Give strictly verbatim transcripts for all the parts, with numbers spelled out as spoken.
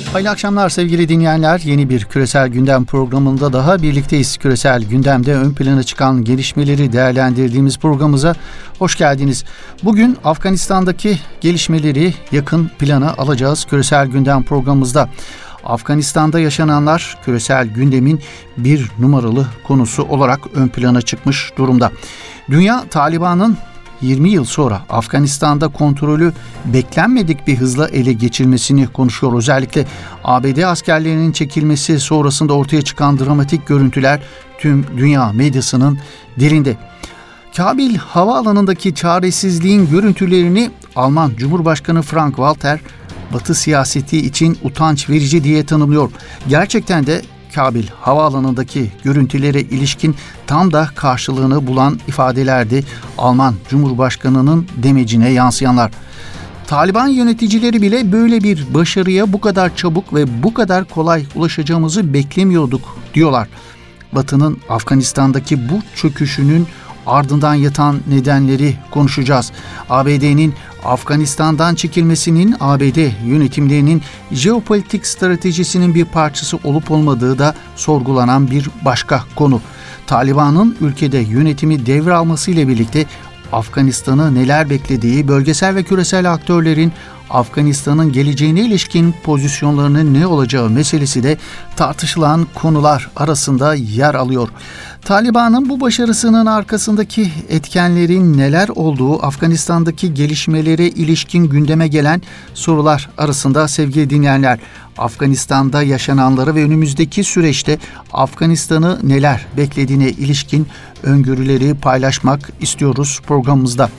Hayırlı akşamlar sevgili dinleyenler. Yeni bir Küresel Gündem programında daha birlikteyiz. Küresel gündemde ön plana çıkan gelişmeleri değerlendirdiğimiz programımıza hoş geldiniz. Bugün Afganistan'daki gelişmeleri yakın plana alacağız Küresel Gündem programımızda. Afganistan'da yaşananlar küresel gündemin bir numaralı konusu olarak ön plana çıkmış durumda. Dünya, Taliban'ın yirmi yıl sonra Afganistan'da kontrolü beklenmedik bir hızla ele geçirmesini konuşuyor. Özellikle A B D askerlerinin çekilmesi sonrasında ortaya çıkan dramatik görüntüler tüm dünya medyasının dilinde. Kabil havaalanındaki çaresizliğin görüntülerini Alman Cumhurbaşkanı Frank-Walter, Batı siyaseti için utanç verici diye tanımlıyor. Gerçekten de Kabil havaalanındaki görüntülere ilişkin tam da karşılığını bulan ifadelerdi Alman Cumhurbaşkanı'nın demecine yansıyanlar. Taliban yöneticileri bile böyle bir başarıya bu kadar çabuk ve bu kadar kolay ulaşacağımızı beklemiyorduk diyorlar. Batı'nın Afganistan'daki bu çöküşünün ardından yatan nedenleri konuşacağız. A B D'nin Afganistan'dan çekilmesinin A B D yönetimlerinin jeopolitik stratejisinin bir parçası olup olmadığı da sorgulanan bir başka konu. Taliban'ın ülkede yönetimi devralmasıyla birlikte Afganistan'ı neler beklediği, bölgesel ve küresel aktörlerin Afganistan'ın geleceğine ilişkin pozisyonlarının ne olacağı meselesi de tartışılan konular arasında yer alıyor. Taliban'ın bu başarısının arkasındaki etkenlerin neler olduğu, Afganistan'daki gelişmelere ilişkin gündeme gelen sorular arasında sevgili dinleyenler, Afganistan'da yaşananları ve önümüzdeki süreçte Afganistan'ı neler beklediğine ilişkin öngörüleri paylaşmak istiyoruz programımızda.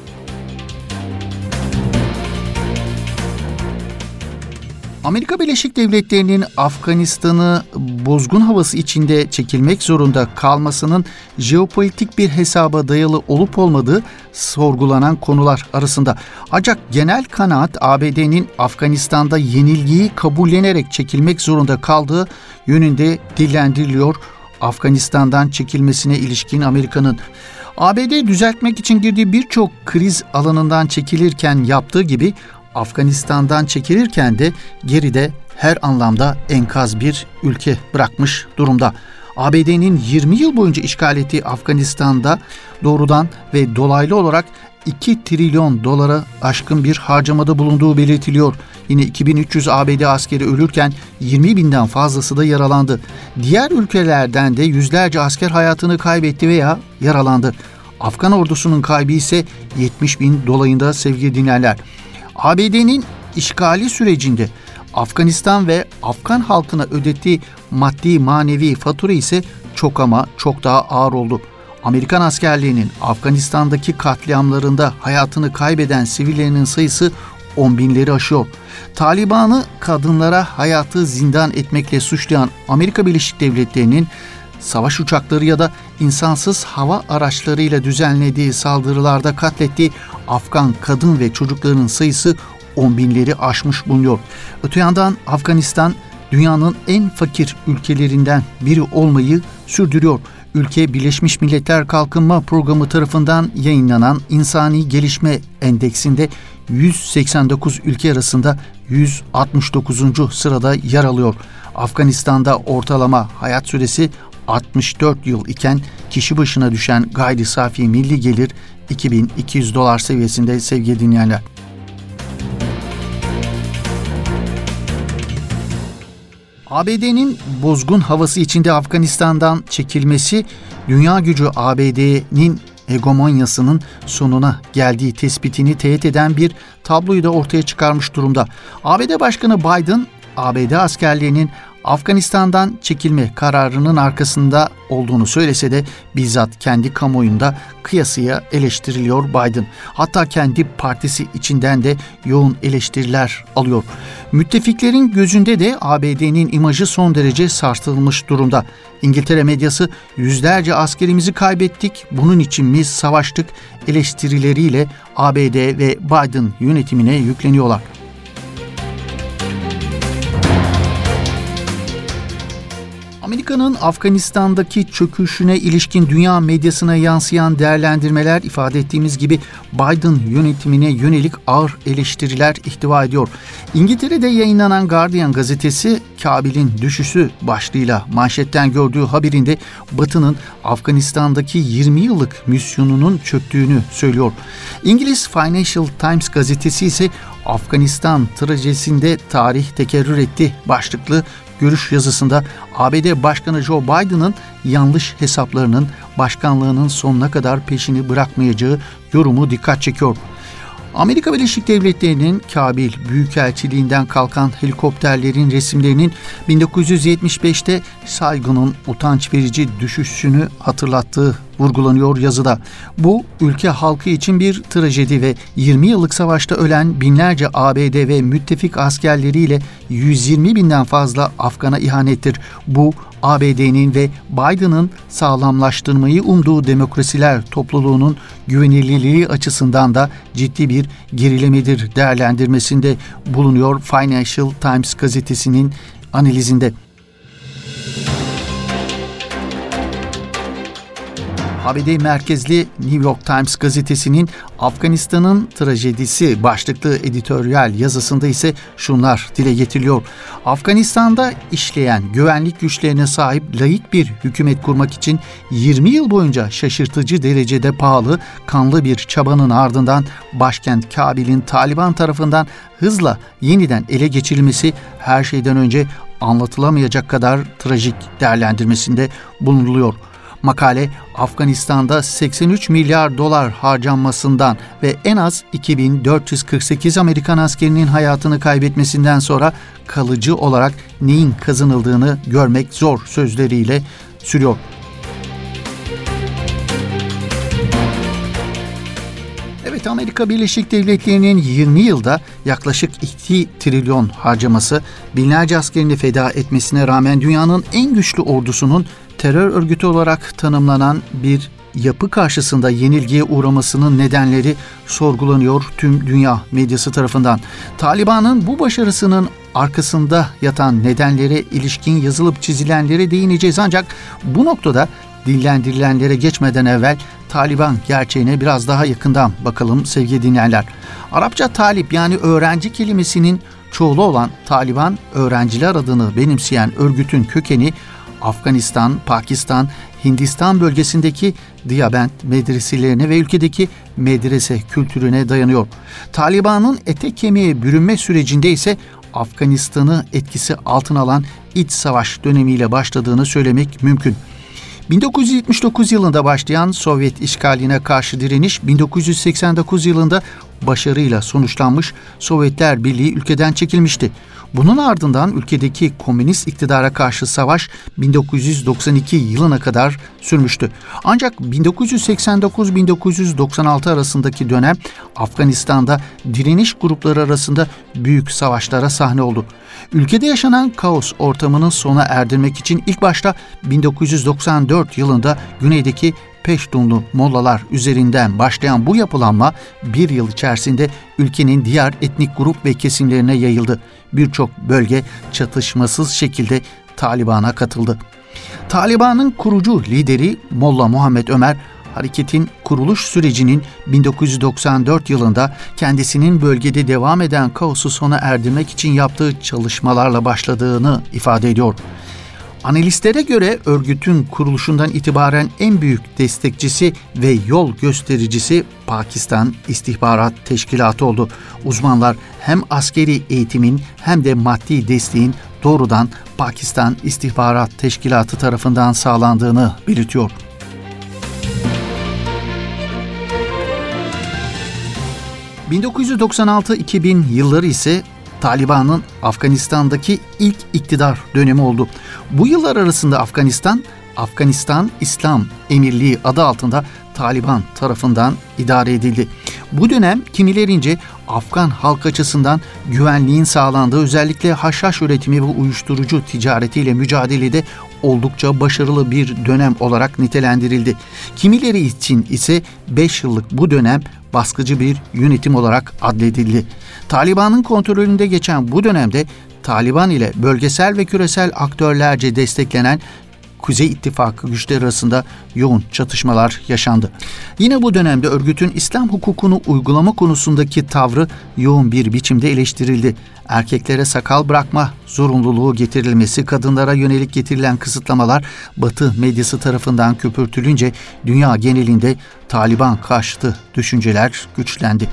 Amerika Birleşik Devletleri'nin Afganistan'ı bozgun havası içinde çekilmek zorunda kalmasının jeopolitik bir hesaba dayalı olup olmadığı sorgulanan konular arasında. Ancak genel kanaat A B D'nin Afganistan'da yenilgiyi kabullenerek çekilmek zorunda kaldığı yönünde dillendiriliyor. Afganistan'dan çekilmesine ilişkin Amerika'nın A B D düzeltmek için girdiği birçok kriz alanından çekilirken yaptığı gibi Afganistan'dan çekilirken de geride her anlamda enkaz bir ülke bırakmış durumda. A B D'nin yirmi yıl boyunca işgal ettiği Afganistan'da doğrudan ve dolaylı olarak iki trilyon dolara aşkın bir harcamada bulunduğu belirtiliyor. Yine iki bin üç yüz A B D askeri ölürken yirmi binden fazlası da yaralandı. Diğer ülkelerden de yüzlerce asker hayatını kaybetti veya yaralandı. Afgan ordusunun kaybı ise yetmiş bin dolayında sevgili dinleyenler. A B D'nin işgali sürecinde Afganistan ve Afgan halkına ödettiği maddi manevi fatura ise çok ama çok daha ağır oldu. Amerikan askerlerinin Afganistan'daki katliamlarında hayatını kaybeden sivillerinin sayısı on binleri aşıyor. Taliban'ı kadınlara hayatı zindan etmekle suçlayan Amerika Birleşik Devletleri'nin savaş uçakları ya da insansız hava araçlarıyla düzenlediği saldırılarda katlettiği Afgan kadın ve çocukların sayısı on binleri aşmış bulunuyor. Öte yandan Afganistan dünyanın en fakir ülkelerinden biri olmayı sürdürüyor. Ülke Birleşmiş Milletler Kalkınma Programı tarafından yayınlanan İnsani Gelişme Endeksinde yüz seksen dokuz ülke arasında yüz altmış dokuzuncu sırada yer alıyor. Afganistan'da ortalama hayat süresi altmış dört yıl iken kişi başına düşen gayri safi milli gelir iki bin iki yüz dolar seviyesinde sevgili dinleyenler. A B D'nin bozgun havası içinde Afganistan'dan çekilmesi, dünya gücü A B D'nin hegemonyasının sonuna geldiği tespitini teyit eden bir tabloyu da ortaya çıkarmış durumda. A B D Başkanı Biden, A B D askerlerinin Afganistan'dan çekilme kararının arkasında olduğunu söylese de bizzat kendi kamuoyunda kıyasıya eleştiriliyor Biden. Hatta kendi partisi içinden de yoğun eleştiriler alıyor. Müttefiklerin gözünde de A B D'nin imajı son derece sarsılmış durumda. İngiltere medyası yüzlerce askerimizi kaybettik, bunun için biz savaştık eleştirileriyle A B D ve Biden yönetimine yükleniyorlar. Amerika'nın Afganistan'daki çöküşüne ilişkin dünya medyasına yansıyan değerlendirmeler ifade ettiğimiz gibi Biden yönetimine yönelik ağır eleştiriler ihtiva ediyor. İngiltere'de yayınlanan Guardian gazetesi Kabil'in düşüşü başlığıyla manşetten gördüğü haberinde Batı'nın Afganistan'daki yirmi yıllık misyonunun çöktüğünü söylüyor. İngiliz Financial Times gazetesi ise Afganistan trajedisinde tarih tekerrür etti başlıklı görüş yazısında A B D Başkanı Joe Biden'ın yanlış hesaplarının başkanlığının sonuna kadar peşini bırakmayacağı yorumu dikkat çekiyor. Amerika Birleşik Devletleri'nin Kabil Büyükelçiliğinden kalkan helikopterlerin resimlerinin bin dokuz yüz yetmiş beşte Saigon'un utanç verici düşüşünü hatırlattığı vurgulanıyor yazıda. Bu ülke halkı için bir trajedi ve yirmi yıllık savaşta ölen binlerce A B D ve müttefik askerleriyle yüz yirmi binden fazla Afgan'a ihanettir. Bu A B D'nin ve Biden'ın sağlamlaştırmayı umduğu demokrasiler topluluğunun güvenilirliği açısından da ciddi bir gerilemedir değerlendirmesinde bulunuyor Financial Times gazetesinin analizinde. A B D merkezli New York Times gazetesinin Afganistan'ın trajedisi başlıklı editoryal yazısında ise şunlar dile getiriliyor. Afganistan'da işleyen güvenlik güçlerine sahip laik bir hükümet kurmak için yirmi yıl boyunca şaşırtıcı derecede pahalı, kanlı bir çabanın ardından başkent Kabil'in Taliban tarafından hızla yeniden ele geçirilmesi her şeyden önce anlatılamayacak kadar trajik değerlendirmesinde bulunuluyor. Makale, Afganistan'da seksen üç milyar dolar harcanmasından ve en az iki bin dört yüz kırk sekiz Amerikan askerinin hayatını kaybetmesinden sonra kalıcı olarak neyin kazanıldığını görmek zor sözleriyle sürüyor. Evet, Amerika Birleşik Devletleri'nin yirmi yılda yaklaşık iki trilyon harcaması, binlerce askerini feda etmesine rağmen dünyanın en güçlü ordusunun terör örgütü olarak tanımlanan bir yapı karşısında yenilgiye uğramasının nedenleri sorgulanıyor tüm dünya medyası tarafından. Taliban'ın bu başarısının arkasında yatan nedenlere ilişkin yazılıp çizilenlere değineceğiz, ancak bu noktada dillendirilenlere geçmeden evvel Taliban gerçeğine biraz daha yakından bakalım sevgili dinleyenler. Arapça talip yani öğrenci kelimesinin çoğulu olan Taliban, öğrenciler adını benimseyen örgütün kökeni Afganistan, Pakistan, Hindistan bölgesindeki Diyabend medreselerine ve ülkedeki medrese kültürüne dayanıyor. Taliban'ın etek kemiğe bürünme sürecinde ise Afganistan'ı etkisi altına alan iç savaş dönemiyle başladığını söylemek mümkün. bin dokuz yüz yetmiş dokuz yılında başlayan Sovyet işgaline karşı direniş bin dokuz yüz seksen dokuz yılında başarıyla sonuçlanmış, Sovyetler Birliği ülkeden çekilmişti. Bunun ardından ülkedeki komünist iktidara karşı savaş bin dokuz yüz doksan iki yılına kadar sürmüştü. Ancak bin dokuz yüz seksen dokuz bin dokuz yüz doksan altı arasındaki dönem Afganistan'da direniş grupları arasında büyük savaşlara sahne oldu. Ülkede yaşanan kaos ortamını sona erdirmek için ilk başta bin dokuz yüz doksan dört yılında güneydeki Peştunlu Mollalar üzerinden başlayan bu yapılanma bir yıl içerisinde ülkenin diğer etnik grup ve kesimlerine yayıldı. Birçok bölge çatışmasız şekilde Taliban'a katıldı. Taliban'ın kurucu lideri Molla Muhammed Ömer, hareketin kuruluş sürecinin bin dokuz yüz doksan dört yılında kendisinin bölgede devam eden kaosu sona erdirmek için yaptığı çalışmalarla başladığını ifade ediyor. Analistlere göre örgütün kuruluşundan itibaren en büyük destekçisi ve yol göstericisi Pakistan İstihbarat Teşkilatı oldu. Uzmanlar hem askeri eğitimin hem de maddi desteğin doğrudan Pakistan İstihbarat Teşkilatı tarafından sağlandığını belirtiyor. bin dokuz yüz doksan altı iki bin yılları ise Taliban'ın Afganistan'daki ilk iktidar dönemi oldu. Bu yıllar arasında Afganistan, Afganistan İslam Emirliği adı altında Taliban tarafından idare edildi. Bu dönem kimilerince Afgan halk açısından güvenliğin sağlandığı, özellikle haşhaş üretimi ve uyuşturucu ticaretiyle mücadelede oldukça başarılı bir dönem olarak nitelendirildi. Kimileri için ise beş yıllık bu dönem baskıcı bir yönetim olarak addedildi. Taliban'ın kontrolünde geçen bu dönemde Taliban ile bölgesel ve küresel aktörlerce desteklenen Kuzey İttifakı güçleri arasında yoğun çatışmalar yaşandı. Yine bu dönemde örgütün İslam hukukunu uygulama konusundaki tavrı yoğun bir biçimde eleştirildi. Erkeklere sakal bırakma zorunluluğu getirilmesi, kadınlara yönelik getirilen kısıtlamalar Batı medyası tarafından köpürtülünce dünya genelinde Taliban karşıtı düşünceler güçlendi.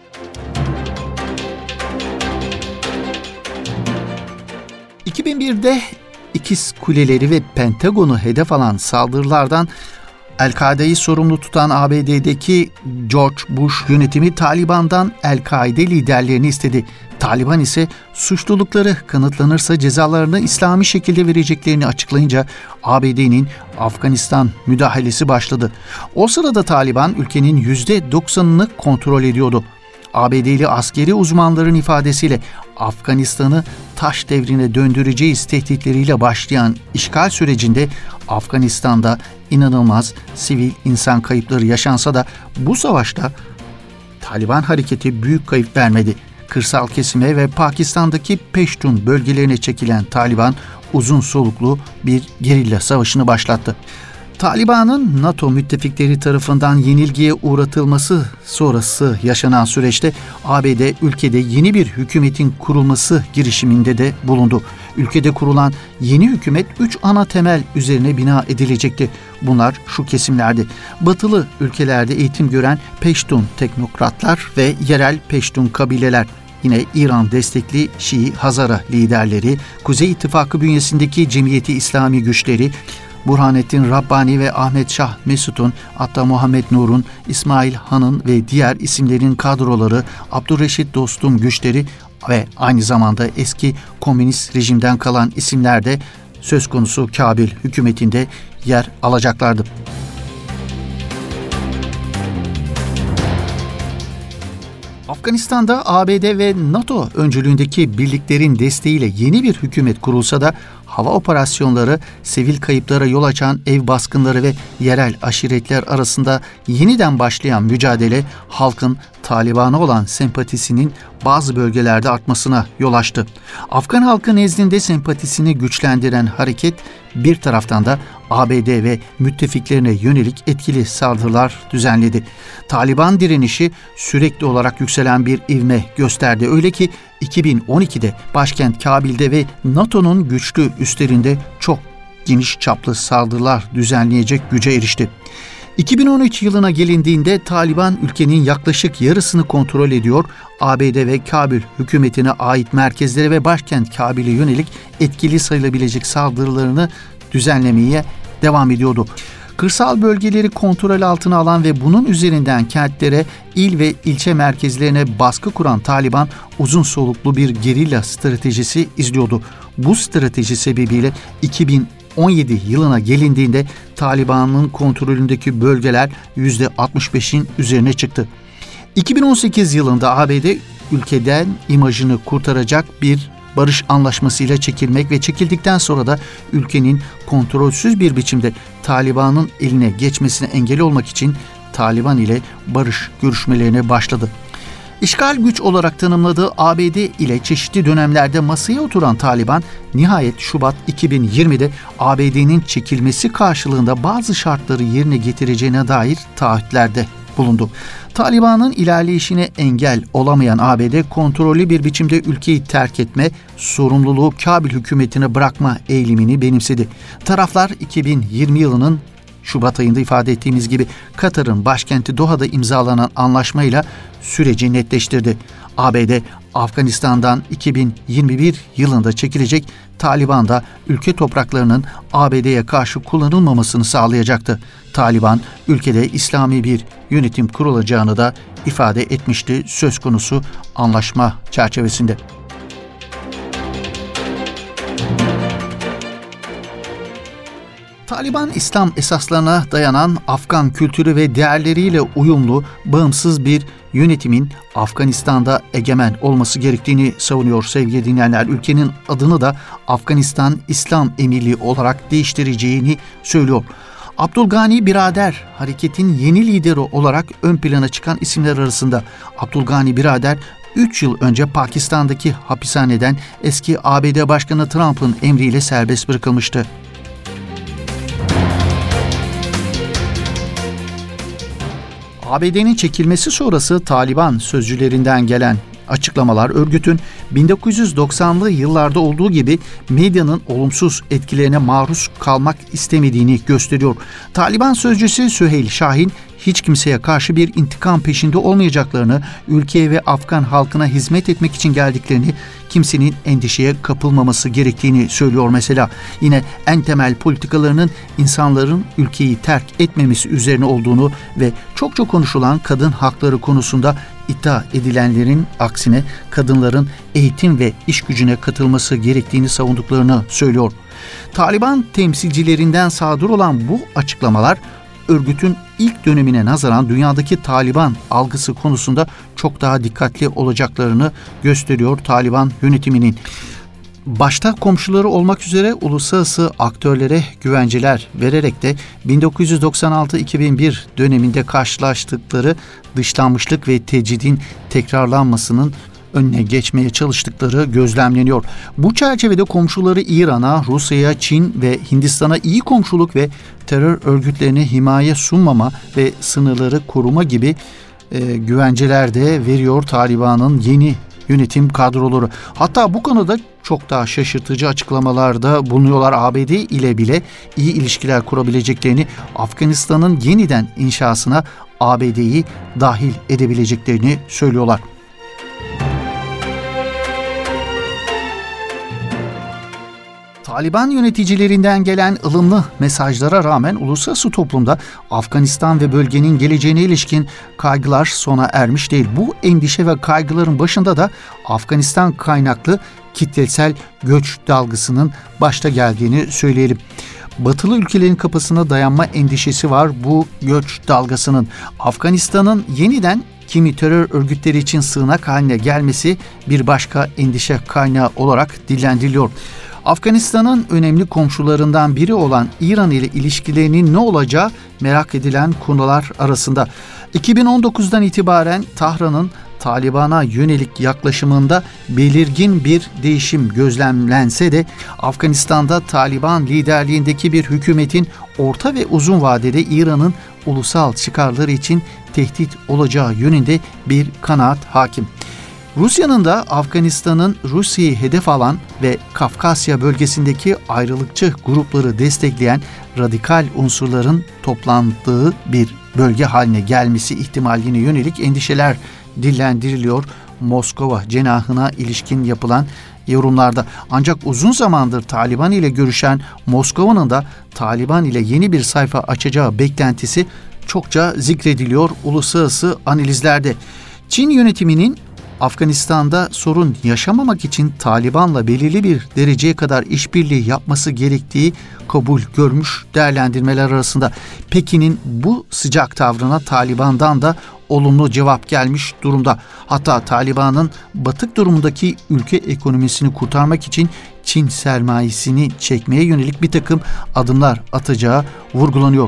iki bin birde İkiz Kuleleri ve Pentagon'u hedef alan saldırılardan El-Kaide'yi sorumlu tutan A B D'deki George Bush yönetimi Taliban'dan El-Kaide liderlerini istedi. Taliban ise suçlulukları kanıtlanırsa cezalarını İslami şekilde vereceklerini açıklayınca A B D'nin Afganistan müdahalesi başladı. O sırada Taliban ülkenin yüzde doksanını kontrol ediyordu. A B D'li askeri uzmanların ifadesiyle Afganistan'ı taş devrine döndüreceğiz tehditleriyle başlayan işgal sürecinde Afganistan'da inanılmaz sivil insan kayıpları yaşansa da bu savaşta Taliban hareketi büyük kayıp vermedi. Kırsal kesime ve Pakistan'daki Peştun bölgelerine çekilen Taliban uzun soluklu bir gerilla savaşını başlattı. Taliban'ın NATO müttefikleri tarafından yenilgiye uğratılması sonrası yaşanan süreçte A B D ülkede yeni bir hükümetin kurulması girişiminde de bulundu. Ülkede kurulan yeni hükümet üç ana temel üzerine bina edilecekti. Bunlar şu kesimlerdi: batılı ülkelerde eğitim gören Peştun teknokratlar ve yerel Peştun kabileler, yine İran destekli Şii Hazara liderleri, Kuzey İttifakı bünyesindeki Cemiyeti İslami güçleri, Burhanettin Rabbani ve Ahmet Şah Mesut'un, hatta Muhammed Nur'un, İsmail Han'ın ve diğer isimlerin kadroları, Abdurreşit Dostum güçleri ve aynı zamanda eski komünist rejimden kalan isimler de söz konusu Kabil hükümetinde yer alacaklardı. Afganistan'da A B D ve NATO öncülüğündeki birliklerin desteğiyle yeni bir hükümet kurulsa da hava operasyonları, sivil kayıplara yol açan ev baskınları ve yerel aşiretler arasında yeniden başlayan mücadele halkın Taliban'a olan sempatisinin bazı bölgelerde artmasına yol açtı. Afgan halkı nezdinde sempatisini güçlendiren hareket bir taraftan da A B D ve müttefiklerine yönelik etkili saldırılar düzenledi. Taliban direnişi sürekli olarak yükselen bir ivme gösterdi. Öyle ki iki bin on ikide başkent Kabil'de ve NATO'nun güçlü üslerinde çok geniş çaplı saldırılar düzenleyecek güce erişti. iki bin on üç yılına gelindiğinde Taliban ülkenin yaklaşık yarısını kontrol ediyor, A B D ve Kabil hükümetine ait merkezlere ve başkent Kabil'e yönelik etkili sayılabilecek saldırılarını düzenlemeye devam ediyordu. Kırsal bölgeleri kontrol altına alan ve bunun üzerinden kentlere, il ve ilçe merkezlerine baskı kuran Taliban uzun soluklu bir gerilla stratejisi izliyordu. Bu strateji sebebiyle iki bin on yedi yılına gelindiğinde Taliban'ın kontrolündeki bölgeler yüzde altmış beşin üzerine çıktı. iki bin on sekiz yılında A B D ülkeden imajını kurtaracak bir barış anlaşmasıyla çekilmek ve çekildikten sonra da ülkenin kontrolsüz bir biçimde Taliban'ın eline geçmesine engel olmak için Taliban ile barış görüşmelerine başladı. İşgal güç olarak tanımladığı A B D ile çeşitli dönemlerde masaya oturan Taliban, nihayet Şubat iki bin yirmide A B D'nin çekilmesi karşılığında bazı şartları yerine getireceğine dair taahhütlerde bulundu. Taliban'ın ilerleyişine engel olamayan A B D kontrollü bir biçimde ülkeyi terk etme, sorumluluğu Kabil hükümetine bırakma eğilimini benimsedi. Taraflar iki bin yirmi yılının Şubat ayında ifade ettiğimiz gibi Katar'ın başkenti Doha'da imzalanan anlaşmayla süreci netleştirdi. A B D, Afganistan'dan iki bin yirmi bir yılında çekilecek, Taliban da ülke topraklarının A B D'ye karşı kullanılmamasını sağlayacaktı. Taliban, ülkede İslami bir yönetim kurulacağını da ifade etmişti söz konusu anlaşma çerçevesinde. Taliban, İslam esaslarına dayanan Afgan kültürü ve değerleriyle uyumlu, bağımsız bir yönetimin Afganistan'da egemen olması gerektiğini savunuyor sevgili dinleyenler. Ülkenin adını da Afganistan İslam Emirliği olarak değiştireceğini söylüyor. Abdülgani Birader, hareketin yeni lideri olarak ön plana çıkan isimler arasında. Abdülgani Birader, üç yıl önce Pakistan'daki hapishaneden eski A B D Başkanı Trump'ın emriyle serbest bırakılmıştı. A B D'nin çekilmesi sonrası Taliban sözcülerinden gelen açıklamalar örgütün bin dokuz yüz doksanlı yıllarda olduğu gibi medyanın olumsuz etkilerine maruz kalmak istemediğini gösteriyor. Taliban sözcüsü Süheyl Şahin hiç kimseye karşı bir intikam peşinde olmayacaklarını, ülkeye ve Afgan halkına hizmet etmek için geldiklerini, kimsenin endişeye kapılmaması gerektiğini söylüyor mesela. Yine en temel politikalarının insanların ülkeyi terk etmemesi üzerine olduğunu ve çok çok konuşulan kadın hakları konusunda iddia edilenlerin aksine kadınların eğitim ve iş gücüne katılması gerektiğini savunduklarını söylüyor. Taliban temsilcilerinden sadır olan bu açıklamalar örgütün ilk dönemine nazaran dünyadaki Taliban algısı konusunda çok daha dikkatli olacaklarını gösteriyor Taliban yönetiminin. Başta komşuları olmak üzere uluslararası aktörlere güvenceler vererek de bin dokuz yüz doksan altı iki bin bir döneminde karşılaştıkları dışlanmışlık ve tecridin tekrarlanmasının önüne geçmeye çalıştıkları gözlemleniyor. Bu çerçevede komşuları İran'a, Rusya'ya, Çin ve Hindistan'a iyi komşuluk ve terör örgütlerine himaye sunmama ve sınırları koruma gibi e, güvenceler de veriyor Taliban'ın yeni yönetim kadroları. Hatta bu konuda çok daha şaşırtıcı açıklamalarda bulunuyorlar. A B D ile bile iyi ilişkiler kurabileceklerini, Afganistan'ın yeniden inşasına A B D'yi dahil edebileceklerini söylüyorlar. Taliban yöneticilerinden gelen ılımlı mesajlara rağmen uluslararası toplumda Afganistan ve bölgenin geleceğine ilişkin kaygılar sona ermiş değil. Bu endişe ve kaygıların başında da Afganistan kaynaklı kitlesel göç dalgasının başta geldiğini söyleyelim. Batılı ülkelerin kapısına dayanma endişesi var bu göç dalgasının. Afganistan'ın yeniden kimi terör örgütleri için sığınak haline gelmesi bir başka endişe kaynağı olarak dillendiriliyor. Afganistan'ın önemli komşularından biri olan İran ile ilişkilerinin ne olacağı merak edilen konular arasında. iki bin on dokuzdan itibaren Tahran'ın Taliban'a yönelik yaklaşımında belirgin bir değişim gözlemlense de Afganistan'da Taliban liderliğindeki bir hükümetin orta ve uzun vadede İran'ın ulusal çıkarları için tehdit olacağı yönünde bir kanaat hakim. Rusya'nın da Afganistan'ın Rusya'yı hedef alan ve Kafkasya bölgesindeki ayrılıkçı grupları destekleyen radikal unsurların toplandığı bir bölge haline gelmesi ihtimaline yönelik endişeler dillendiriliyor Moskova cenahına ilişkin yapılan yorumlarda. Ancak uzun zamandır Taliban ile görüşen Moskova'nın da Taliban ile yeni bir sayfa açacağı beklentisi çokça zikrediliyor uluslararası analizlerde. Çin yönetiminin Afganistan'da sorun yaşamamak için Taliban'la belirli bir dereceye kadar işbirliği yapması gerektiği kabul görmüş değerlendirmeler arasında. Pekin'in bu sıcak tavrına Taliban'dan da olumlu cevap gelmiş durumda. Hatta Taliban'ın batık durumundaki ülke ekonomisini kurtarmak için Çin sermayesini çekmeye yönelik bir takım adımlar atacağı vurgulanıyor.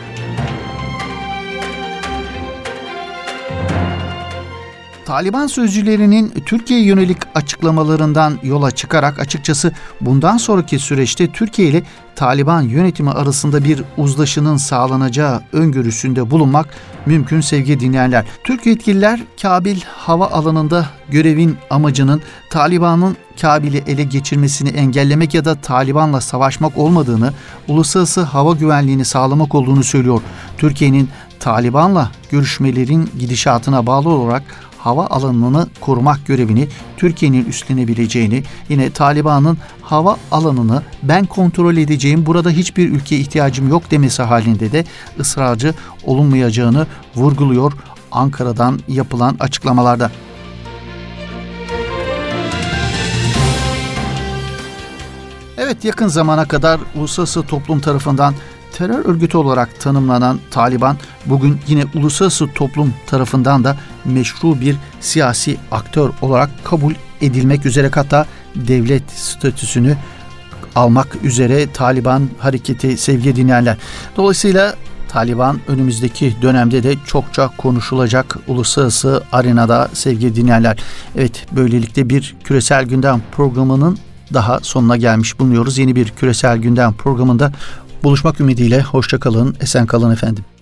Taliban sözcülerinin Türkiye'ye yönelik açıklamalarından yola çıkarak açıkçası bundan sonraki süreçte Türkiye ile Taliban yönetimi arasında bir uzlaşının sağlanacağı öngörüsünde bulunmak mümkün sevgili dinleyenler. Türk yetkililer Kabil hava alanında görevin amacının Taliban'ın Kabil'i ele geçirmesini engellemek ya da Taliban'la savaşmak olmadığını, uluslararası hava güvenliğini sağlamak olduğunu söylüyor. Türkiye'nin Taliban'la görüşmelerin gidişatına bağlı olarak hava alanını korumak görevini Türkiye'nin üstlenebileceğini, yine Taliban'ın hava alanını ben kontrol edeceğim, burada hiçbir ülkeye ihtiyacım yok demesi halinde de ısrarcı olunmayacağını vurguluyor Ankara'dan yapılan açıklamalarda. Evet, yakın zamana kadar uluslararası toplum tarafından terör örgütü olarak tanımlanan Taliban bugün yine uluslararası toplum tarafından da meşru bir siyasi aktör olarak kabul edilmek üzere, hatta devlet statüsünü almak üzere Taliban hareketi sevgili dinleyenler. Dolayısıyla Taliban önümüzdeki dönemde de çokça konuşulacak uluslararası arenada sevgili dinleyenler. Evet, böylelikle bir Küresel Gündem programının daha sonuna gelmiş bulunuyoruz. Yeni bir Küresel Gündem programında buluşmak ümidiyle hoşça kalın, esen kalın efendim.